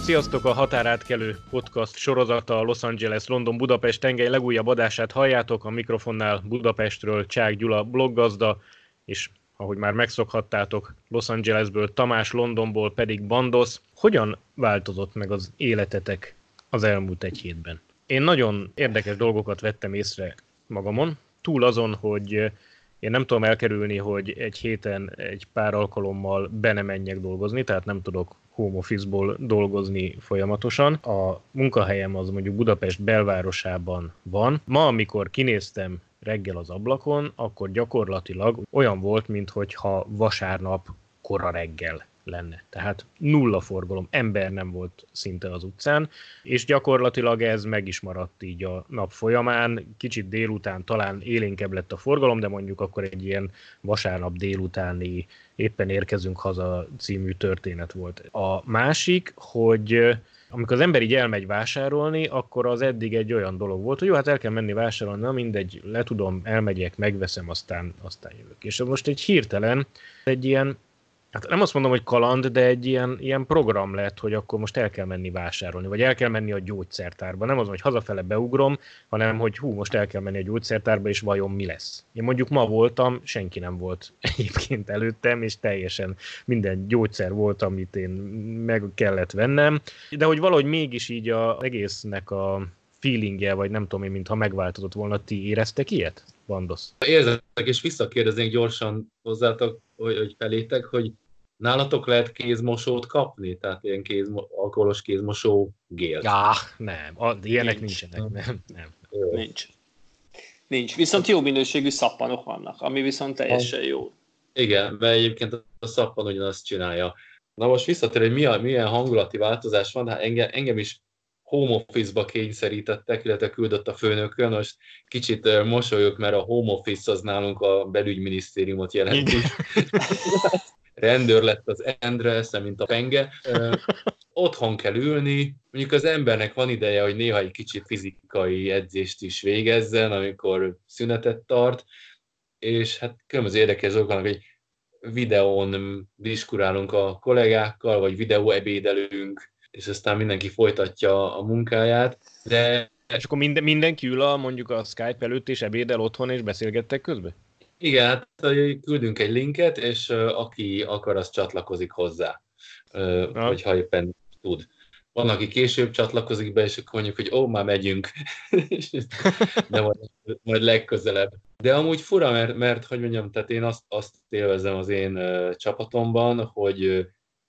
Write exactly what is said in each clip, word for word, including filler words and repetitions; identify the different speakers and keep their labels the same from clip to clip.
Speaker 1: Sziasztok, a Határátkelő podcast sorozata, a Los Angeles London Budapest tengely legújabb adását halljátok, a mikrofonnál Budapestről Csák Gyula bloggazda, és ahogy már megszokhattátok, Los Angelesből Tamás, Londonból pedig Bandosz. Hogyan változott meg az életetek az elmúlt egy hétben? Én nagyon érdekes dolgokat vettem észre magamon, túl azon, hogy én nem tudom elkerülni, hogy egy héten egy pár alkalommal be ne menjek dolgozni, tehát nem tudok home office-ból dolgozni folyamatosan. A munkahelyem az mondjuk Budapest belvárosában van. Ma, amikor kinéztem reggel az ablakon, akkor gyakorlatilag olyan volt, minthogyha vasárnap kora reggel lenne. Tehát nulla forgalom, ember nem volt szinte az utcán, és gyakorlatilag ez meg is maradt így a nap folyamán. Kicsit délután talán élénkebb lett a forgalom, de mondjuk akkor egy ilyen vasárnap délutáni éppen érkezünk haza című történet volt. A másik, hogy amikor az ember így elmegy vásárolni, akkor az eddig egy olyan dolog volt, hogy jó, hát el kell menni vásárolni, na mindegy, letudom, elmegyek, megveszem, aztán, aztán jövök. És most egy hirtelen egy ilyen, hát nem azt mondom, hogy kaland, de egy ilyen, ilyen program lett, hogy akkor most el kell menni vásárolni, vagy el kell menni a gyógyszertárba. Nem az, hogy hazafele beugrom, hanem hogy hú, most el kell menni a gyógyszertárba, és vajon mi lesz. Én mondjuk ma voltam, senki nem volt egyébként előttem, és teljesen minden gyógyszer volt, amit én meg kellett vennem. De hogy valahogy mégis így az egésznek a feelingje, vagy nem tudom én, mintha megváltozott volna, ti éreztek ilyet? Bandosz.
Speaker 2: Érzek, és visszakérdeznék gyorsan hozzátok, hogy, hogy felétek, hogy nálatok lehet kézmosót kapni? Tehát ilyen kézmo- alkoholos kézmosó gélt?
Speaker 1: Ja, nem. A, ilyenek
Speaker 3: Nincs.
Speaker 1: nincsenek. Nem, nem.
Speaker 3: Nincs. Nincs. Viszont jó minőségű szappanok vannak, ami viszont teljesen jó.
Speaker 2: Igen, mert egyébként a szappan ugyanazt csinálja. Na most visszatér, hogy milyen, milyen hangulati változás van, hát engem, engem is home office-ba kényszerítettek, illetve küldött a főnökön. Most kicsit mosolyog, mert a home office az nálunk a belügyminisztériumot jelenti. Rendőr lett az Endre, eszem, mint a penge. Otthon kell ülni, mondjuk az embernek van ideje, hogy néha egy kicsit fizikai edzést is végezzen, amikor szünetet tart, és hát különböző érdekes dolgok vannak, hogy videón diskurálunk a kollégákkal, vagy videóebédelünk, és aztán mindenki folytatja a munkáját, de...
Speaker 1: És akkor minden, mindenki ül a, mondjuk a Skype előtt, és ebédel otthon, és beszélgettek közben?
Speaker 2: Igen, hát küldünk egy linket, és uh, aki akar, az csatlakozik hozzá, uh,
Speaker 1: ah.
Speaker 2: hogyha éppen tud. Van, aki később csatlakozik be, és akkor mondjuk, hogy ó, már megyünk, de majd, majd legközelebb. De amúgy fura, mert, mert hogy mondjam, tehát én azt, azt élvezem az én uh, csapatomban, hogy uh,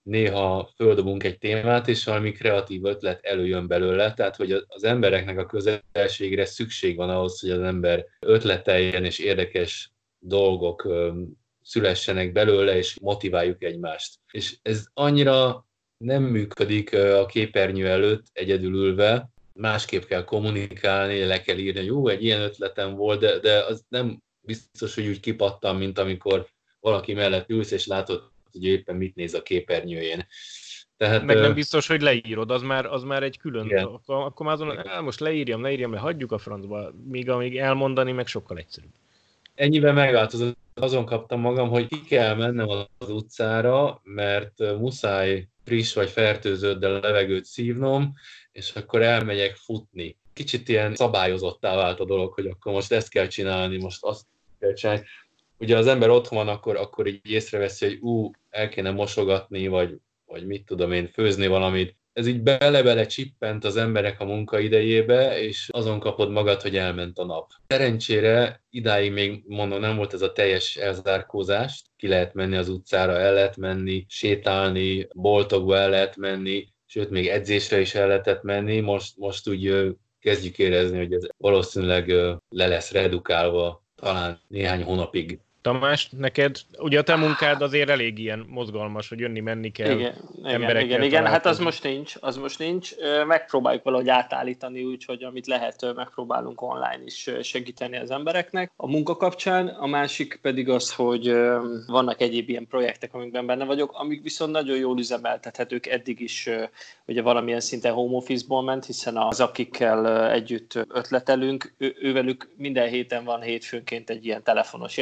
Speaker 2: néha földobunk egy témát, és valami kreatív ötlet előjön belőle, tehát hogy az embereknek a közelségre szükség van ahhoz, hogy az ember ötleteljen, és érdekes dolgok szülessenek belőle, és motiváljuk egymást. És ez annyira nem működik a képernyő előtt egyedül ülve, másképp kell kommunikálni, le kell írni, hogy jó, egy ilyen ötletem volt, de, de az nem biztos, hogy úgy kipattan, mint amikor valaki mellett ülsz, és látod, hogy éppen mit néz a képernyőjén. Tehát,
Speaker 1: meg nem biztos, hogy leírod, az már, az már egy külön,
Speaker 2: igen.
Speaker 1: akkor, akkor már azon, á, most leírjam, leírjam, le, hagyjuk a francba, míg amíg elmondani, meg sokkal egyszerűbb.
Speaker 2: Ennyiben megváltozott. Azon kaptam magam, hogy ki kell mennem az utcára, mert muszáj friss vagy fertőződdel a levegőt szívnom, és akkor elmegyek futni. Kicsit ilyen szabályozottá vált a dolog, hogy akkor most ezt kell csinálni, most azt kell csinálni. Ugye az ember otthon van, akkor, akkor így észreveszi, hogy ú, el kéne mosogatni, vagy, vagy mit tudom én, főzni valamit. Ez így bele-bele csippent az emberek a munkaidejébe, és azon kapod magad, hogy elment a nap. Szerencsére idáig még mondom, nem volt ez a teljes elzárkózás. Ki lehet menni az utcára, el lehet menni, sétálni, boltokba el lehet menni, sőt, még edzésre is el lehetett menni. Most, most úgy kezdjük érezni, hogy ez valószínűleg le lesz redukálva talán néhány hónapig.
Speaker 1: Tamás, neked, ugye a te munkád azért elég ilyen mozgalmas, hogy jönni-menni kell.
Speaker 3: Igen, igen, igen, igen. Hát az most nincs, az most nincs. Megpróbáljuk valahogy átállítani úgy, hogy amit lehet, megpróbálunk online is segíteni az embereknek. A munka kapcsán, a másik pedig az, hogy vannak egyéb ilyen projektek, amikben benne vagyok, amik viszont nagyon jól üzemeltethetők eddig is, ugye valamilyen szinten home office-ból ment, hiszen az, akikkel együtt ötletelünk, ő, ővelük minden héten van hétfőnként egy ilyen telefonos értekezés,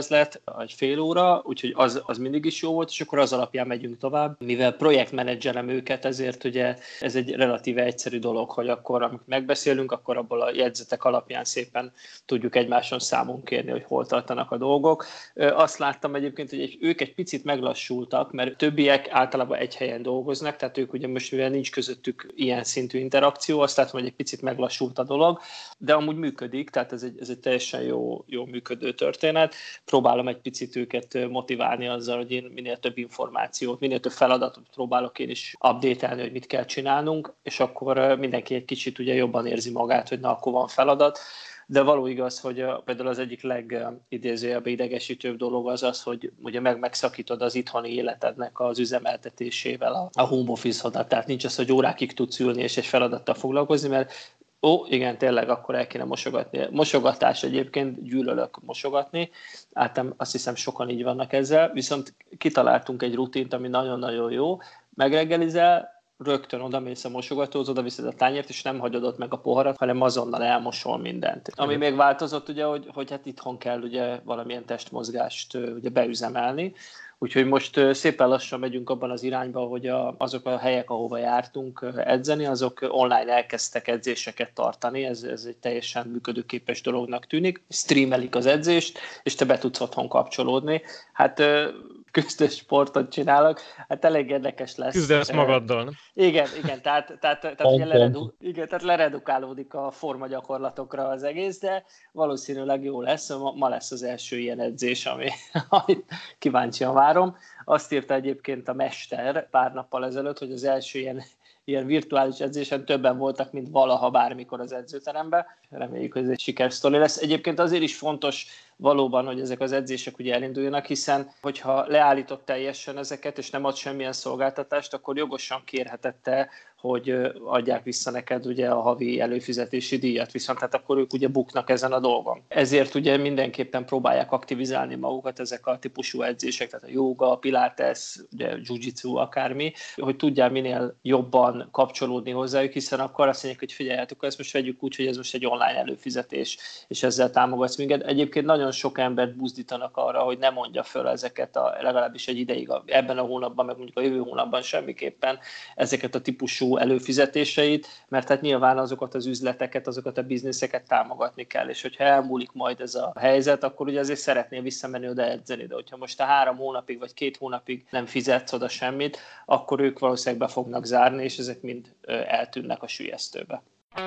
Speaker 3: részlet, egy fél óra, úgyhogy az, az mindig is jó volt, és akkor az alapján megyünk tovább. Mivel projektmenedzselem őket, ezért ugye ez egy relatíve egyszerű dolog, hogy akkor, amit megbeszélünk, akkor abból a jegyzetek alapján szépen tudjuk egymáson számon kérni, hogy hol tartanak a dolgok. Azt láttam egyébként, hogy ők egy picit meglassultak, mert többiek általában egy helyen dolgoznak, tehát ők ugye most, mivel nincs közöttük ilyen szintű interakció, azt látom, hogy egy picit meglassult a dolog, de amúgy működik, tehát ez egy, ez egy teljesen jó, jó működő történet. Próbálom egy picit őket motiválni azzal, hogy én minél több információt, minél több feladatot próbálok én is update-elni, hogy mit kell csinálnunk, és akkor mindenki egy kicsit ugye jobban érzi magát, hogy na, akkor van feladat. De való igaz, hogy például az egyik legidézőjebb idegesítőbb dolog az az, hogy ugye meg megszakítod az itthoni életednek az üzemeltetésével a, a home office-odat. Tehát nincs az, hogy órákig tudsz ülni és egy feladattal foglalkozni, mert ó, igen, tényleg akkor el kéne mosogatni. Mosogatás egyébként, gyűlölök mosogatni, általában azt hiszem sokan így vannak ezzel, viszont kitaláltunk egy rutint, ami nagyon-nagyon jó, megreggelizel, rögtön odamész a mosogatóhoz, oda viszed a tányért, és nem hagyod ott meg a poharat, hanem azonnal elmosol mindent. Ami még változott, ugye, hogy, hogy hát itthon kell ugye valamilyen testmozgást ugye beüzemelni, úgyhogy most szépen lassan megyünk abban az irányba, hogy a, azok a helyek, ahova jártunk edzeni, azok online elkezdtek edzéseket tartani, ez, ez egy teljesen működőképes dolognak tűnik. Streamelik az edzést, és te be tudsz otthon kapcsolódni. Hát küzdős sportot csinálok, hát elég érdekes lesz.
Speaker 1: Küzdesz magaddal, nem?
Speaker 3: Igen, igen, tehát, tehát, tehát, ugye leredu, igen, tehát leredukálódik a formagyakorlatokra az egész, de valószínűleg jó lesz. Ma, ma lesz az első ilyen edzés, ami, amit kíváncsian várom. Azt írta egyébként a mester pár nappal ezelőtt, hogy az első ilyen, ilyen virtuális edzésen többen voltak, mint valaha bármikor az edzőteremben. Reméljük, hogy ez egy sikersztori lesz. Egyébként azért is fontos valóban, hogy ezek az edzések ugye elinduljanak, hiszen hogyha leállított teljesen ezeket, és nem ad semmilyen szolgáltatást, akkor jogosan kérhetette, hogy adják vissza neked ugye a havi előfizetési díjat, viszont hát akkor ők ugye buknak ezen a dolgon. Ezért ugye mindenképpen próbálják aktivizálni magukat ezek a típusú edzések, tehát a jóga, a pilates, ugye jiu-jitsu, akármi, hogy tudjál minél jobban kapcsolódni hozzájuk, hiszen akkor azt mondják, hogy figyeljetek, ezt most vegyük úgy, hogy ez most egy online előfizetés, és ezzel támogatsz minket. Egyébként nagyon sok embert buzdítanak arra, hogy ne mondja föl ezeket, a, legalábbis egy ideig a, ebben a hónapban, meg mondjuk a jövő hónapban semmiképpen ezeket a típusú előfizetéseit, mert hát nyilván azokat az üzleteket, azokat a bizniszeket támogatni kell, és hogyha elmúlik majd ez a helyzet, akkor ugye azért szeretnél visszamenni oda edzeni, de hogyha most a három hónapig vagy két hónapig nem fizetsz oda semmit, akkor ők valószínűleg be fognak zárni, és ezek mind eltűnnek a süllyesztőbe.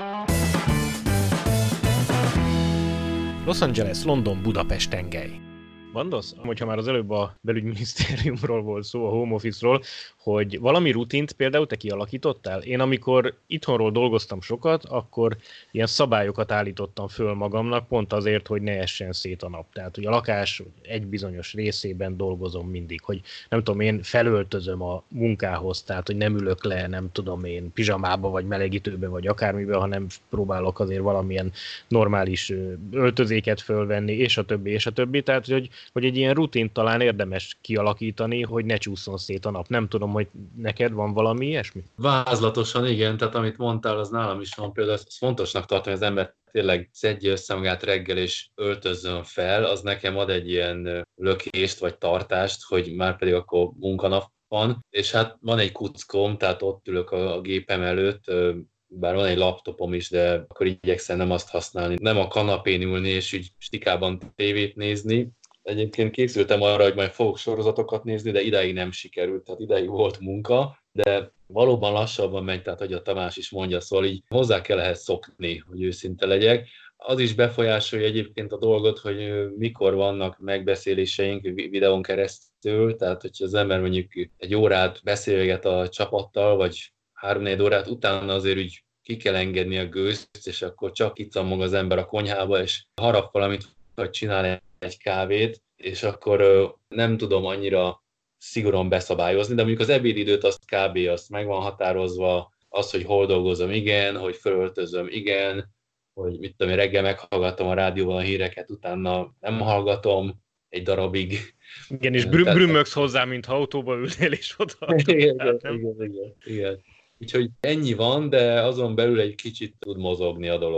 Speaker 1: Los Angeles, London, Budapest tengely. Mondasz, hogyha már az előbb a belügyminisztériumról volt szó, a home office-ról, hogy valami rutint például te kialakítottál? Én amikor itthonról dolgoztam sokat, akkor ilyen szabályokat állítottam föl magamnak, pont azért, hogy ne essen szét a nap. Tehát, hogy a lakás egy bizonyos részében dolgozom mindig, hogy nem tudom, én felöltözöm a munkához, tehát, hogy nem ülök le, nem tudom én, pizsamába, vagy melegítőbe, vagy akármiben, hanem próbálok azért valamilyen normális öltözéket fölvenni, és a többi, és a többi. Tehát, hogy hogy egy ilyen rutint talán érdemes kialakítani, hogy ne csúszson szét a nap. Nem tudom, hogy neked van valami ilyesmi?
Speaker 2: Vázlatosan igen, tehát amit mondtál, az nálam is van. Például ezt fontosak tartom, hogy az ember tényleg szedje össze magát reggel és öltözzön fel, az nekem ad egy ilyen lökést vagy tartást, hogy már pedig akkor munkanap van, és hát van egy kuckom, tehát ott ülök a, a gépem előtt, bár van egy laptopom is, de akkor igyekszem nem azt használni, nem a kanapén ülni és úgy stikában tévét nézni. Egyébként készültem arra, hogy majd fogok sorozatokat nézni, de idáig nem sikerült, tehát idáig volt munka, de valóban lassabban megy, tehát hogy a Tamás is mondja, szóval így hozzá kell ehhez szokni, hogy őszinte legyek. Az is befolyásolja egyébként a dolgot, hogy mikor vannak megbeszéléseink videón keresztül, tehát hogyha az ember mondjuk egy órát beszélget a csapattal, vagy három-négy órát, utána azért úgy ki kell engedni a gőzt, és akkor csak kicammog az ember a konyhába, és harap valamit, vagy csinál egy kávét, és akkor nem tudom annyira szigorúan beszabályozni, de mondjuk az ebédidőt azt kb. Azt meg van határozva, az, hogy hol dolgozom, igen, hogy fölöltözöm, igen, hogy mit tudom, reggel meghallgatom a rádióban a híreket, utána nem hallgatom egy darabig.
Speaker 1: Igen, és brü- brümmögsz hozzá, mintha autóba ülnél, és oda.
Speaker 2: Igen, igen, igen, igen, igen. Úgyhogy ennyi van, de azon belül egy kicsit tud mozogni a dolog.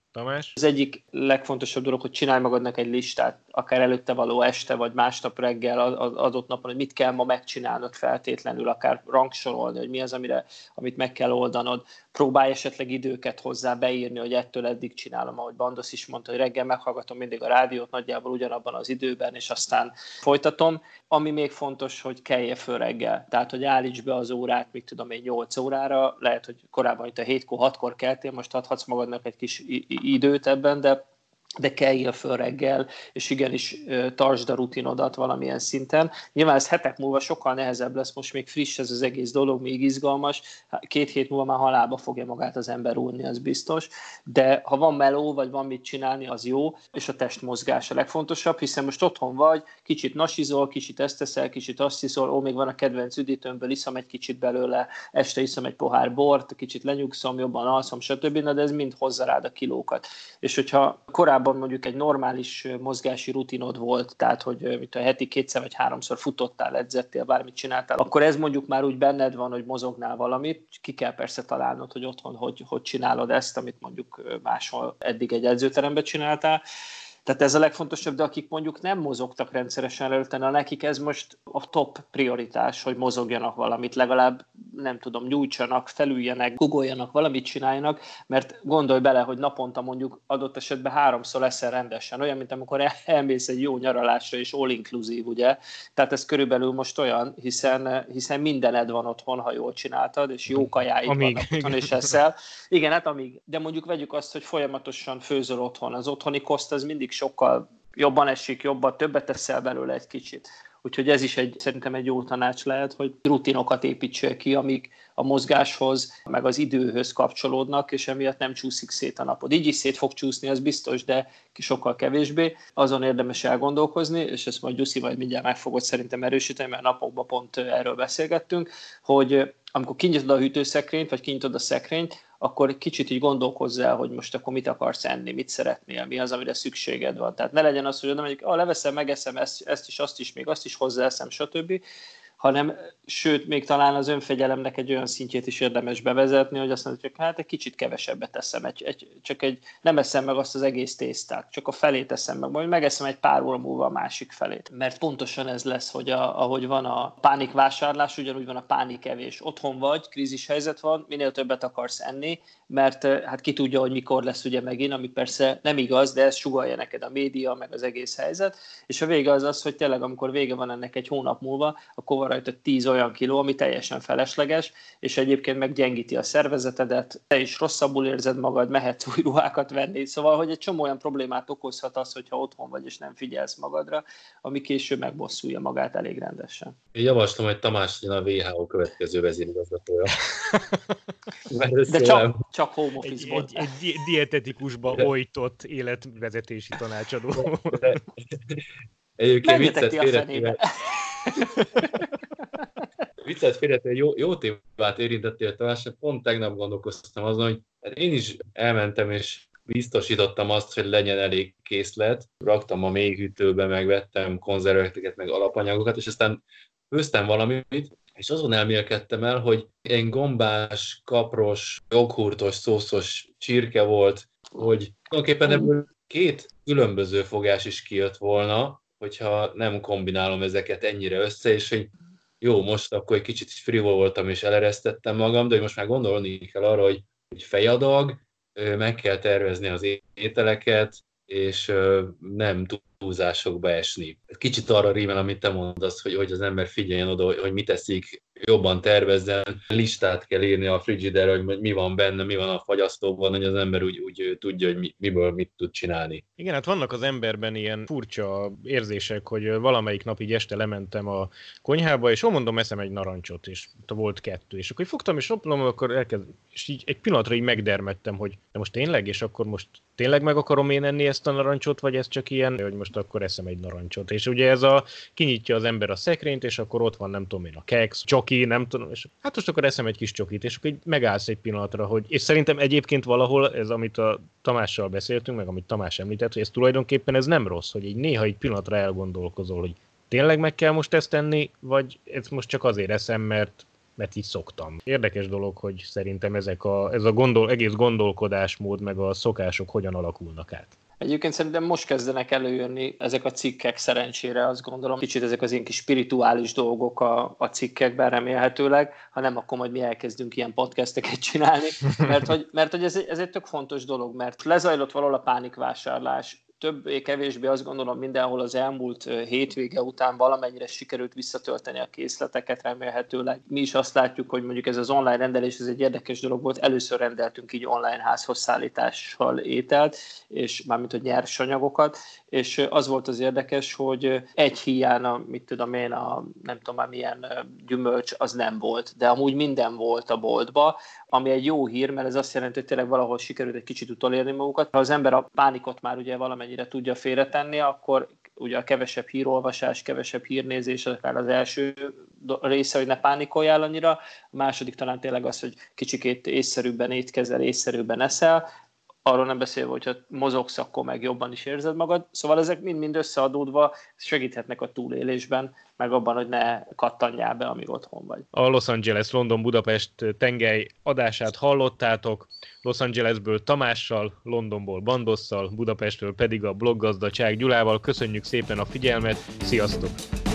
Speaker 1: Tamás?
Speaker 3: Az egyik legfontosabb dolog, hogy csinálj magadnak egy listát, akár előtte való este, vagy másnap reggel az adott napon, hogy mit kell ma megcsinálnod feltétlenül, akár rangsorolni, hogy mi az, amire, amit meg kell oldanod. Próbálj esetleg időket hozzá beírni, hogy ettől eddig csinálom, ahogy Bandosz is mondta, hogy reggel meghallgatom mindig a rádiót, nagyjából ugyanabban az időben, és aztán folytatom. Ami még fontos, hogy kelje föl reggel. Tehát, hogy állíts be az órát, mit tudom én, nyolc órára, lehet, hogy korábban itt a hétkor, hatkor keltél, most adhatsz magadnak egy kis időt ebben, de de kelljél föl reggel, és igenis tartsd a rutinodat valamilyen szinten. Nyilván ez hetek múlva sokkal nehezebb lesz, most még friss ez az egész dolog, még izgalmas, két hét múlva már halálba fogja magát az ember úrni, az biztos, de ha van meló, vagy van mit csinálni, az jó, és a testmozgás a legfontosabb, hiszen most otthon vagy, kicsit nasizol, kicsit ezt teszel, kicsit azt iszol, ó, még van a kedvenc üdítőmből, iszom egy kicsit belőle, este iszom egy pohár bort, kicsit lenyugszom, jobban alszom, stb., de ez mind hozza rád a kilókat. És hogyha korábban mondjuk egy normális mozgási rutinod volt, tehát hogy mint a heti kétszer vagy háromszor futottál, edzettél, bármit csináltál, akkor ez mondjuk már úgy benned van, hogy mozognál valamit, ki kell persze találnod, hogy otthon hogy, hogy csinálod ezt, amit mondjuk máshol eddig egy edzőteremben csináltál. Tehát ez a legfontosabb, de akik mondjuk nem mozogtak rendszeresen előtte, nekik ez most a top prioritás, hogy mozogjanak valamit, legalább nem tudom, nyújtsanak, felüljenek, googoljanak, valamit csináljanak, mert gondolj bele, hogy naponta mondjuk adott esetben háromszor leszel rendesen, olyan, mint amikor elmész egy jó nyaralásra, és all-inclusive, ugye? Tehát ez körülbelül most olyan, hiszen, hiszen mindened van otthon, ha jól csináltad, és jó kajáid
Speaker 1: amíg.
Speaker 3: vannak otthon, és eszel. Igen, hát amíg. De mondjuk vegyük azt, hogy folyamatosan főzöl otthon. Az otthoni koszt az mindig sokkal jobban esik, jobban, többet teszel belőle egy kicsit. Úgyhogy ez is egy, szerintem egy jó tanács lehet, hogy rutinokat építsél ki, amik a mozgáshoz, meg az időhöz kapcsolódnak, és emiatt nem csúszik szét a napod. Így is szét fog csúszni, az biztos, de sokkal kevésbé. Azon érdemes elgondolkozni, és ezt majd Gyuszi majd mindjárt meg fogod szerintem erősíteni, mert napokban pont erről beszélgettünk, hogy amikor kinyitod a hűtőszekrényt, vagy kinyitod a szekrényt, akkor kicsit így gondolkozz el, hogy most akkor mit akarsz enni, mit szeretnél, mi az, amire szükséged van. Tehát ne legyen az, hogy mondjuk, ah, leveszem, megeszem ezt, ezt is, azt is, még azt is hozzáeszem, stb., hanem sőt, még talán az önfegyelemnek egy olyan szintjét is érdemes bevezetni, hogy azt mondjuk, hogy hát egy kicsit kevesebbet teszem, egy, egy, csak egy, nem eszem meg azt az egész tésztát, csak a felét teszem meg, majd megeszem egy pár óra múlva a másik felét. Mert pontosan ez lesz, hogy a, ahogy van a pánikvásárlás, ugyanúgy van a pánikevés. Otthon vagy, krízis helyzet van, minél többet akarsz enni, mert hát ki tudja, hogy mikor lesz ugye megint, ami persze nem igaz, de ez sugallja neked a média, meg az egész helyzet, és a vége az az, hogy tényleg amikor vége van ennek egy hónap múlva, akkor van rajta tíz olyan kiló, ami teljesen felesleges, és egyébként meggyengíti a szervezetedet, te is rosszabbul érzed magad, mehetsz új ruhákat venni, szóval, hogy egy csomó olyan problémát okozhat az, hogyha otthon vagy és nem figyelsz magadra, ami később megbosszulja magát elég rendesen.
Speaker 2: Én javaslom, hogy Tamás legyen a vé há o következő vezérigazgatója.
Speaker 3: De csak, csak home office-ból.
Speaker 1: Egy, egy, egy dietetikusba ojtott életvezetési tanácsadó.
Speaker 2: Egyébként viccet félretéve. Viccet félretéve, jó, jó témát érintettél, Tamás, pont tegnap gondolkoztam azon, hogy hát én is elmentem és biztosítottam azt, hogy legyen elég készlet. Raktam a mélyhűtőbe, meg vettem konzerveket, meg alapanyagokat, és aztán főztem valamit, és azon elmélkedtem el, hogy egy gombás, kapros, joghurtos, szószos csirke volt, hogy tulajdonképpen ebből két különböző fogás is kijött volna, hogyha nem kombinálom ezeket ennyire össze, és hogy jó, most akkor egy kicsit frivol voltam, és eleresztettem magam, de most már gondolni kell arra, hogy, hogy fejadag, meg kell tervezni az ételeket, és nem túlzásokba esni. Kicsit arra rímel, amit te mondasz, hogy, hogy az ember figyeljen oda, hogy, hogy mit eszik, jobban tervezzen, listát kell írni a frigiderre, hogy mi van benne, mi van a fagyasztóban, hogy az ember úgy, úgy tudja, hogy mi, miből mit tud csinálni.
Speaker 1: Igen, hát vannak az emberben ilyen furcsa érzések, hogy valamelyik nap így este lementem a konyhába, és ó, mondom, eszem egy narancsot, és volt kettő, és akkor fogtam, és roplom, akkor elkezd, és így egy pillanatra így megdermedtem, hogy de most tényleg, és akkor most tényleg meg akarom én enni ezt a narancsot, vagy ez csak ilyen, hogy most akkor eszem egy narancsot. És ugye ez a, kinyitja az ember a szekrényt, és akkor ott van, nem tudom én, a keks, csoki, nem tudom, és hát most akkor eszem egy kis csokit, és akkor így megállsz egy pillanatra, hogy, és szerintem egyébként valahol ez, amit a Tamással beszéltünk, meg amit Tamás említett, hogy ez tulajdonképpen ez nem rossz, hogy így néha egy pillanatra elgondolkozol, hogy tényleg meg kell most ezt tenni, vagy ezt most csak azért eszem, mert mert így szoktam. Érdekes dolog, hogy szerintem ezek a, ez a gondol, egész gondolkodásmód meg a szokások hogyan alakulnak át.
Speaker 3: Egyébként szerintem most kezdenek előjönni ezek a cikkek, szerencsére azt gondolom. Kicsit ezek az ilyen kis spirituális dolgok a, a cikkekben remélhetőleg, ha nem, akkor majd mi elkezdünk ilyen podcasteket csinálni, mert hogy, mert, hogy ez, ez egy tök fontos dolog, mert lezajlott valahol a pánikvásárlás, többé-kevésbé azt gondolom mindenhol az elmúlt hétvége után valamennyire sikerült visszatölteni a készleteket remélhetőleg. Mi is azt látjuk, hogy mondjuk ez az online rendelés, ez egy érdekes dolog volt. Először rendeltünk így online házhoz szállítással ételt, és mármint hogy nyersanyagokat, és az volt az érdekes, hogy egy híján, a, mit tudom én, a nem tudom már milyen gyümölcs, az nem volt, de amúgy minden volt a boltba, ami egy jó hír, mert ez azt jelenti, hogy tényleg valahol sikerült egy kicsit utolérni magukat. Ha az ember a pánikot már ugye valamennyire tudja félretenni, akkor ugye a kevesebb hírolvasás, kevesebb hírnézés akár az első része, hogy ne pánikoljál annyira, a második talán tényleg az, hogy kicsikét észszerűbben étkezel, észszerűbben eszel, arról nem beszélve, hogyha mozogsz, akkor meg jobban is érzed magad. Szóval ezek mind-mind összeadódva segíthetnek a túlélésben, meg abban, hogy ne kattanjál be, amíg otthon vagy.
Speaker 1: A Los Angeles London Budapest tengely adását hallottátok. Los Angelesből Tamással, Londonból Bandosszal, Budapestről pedig a bloggazda Csák Gyulával. Köszönjük szépen a figyelmet, sziasztok!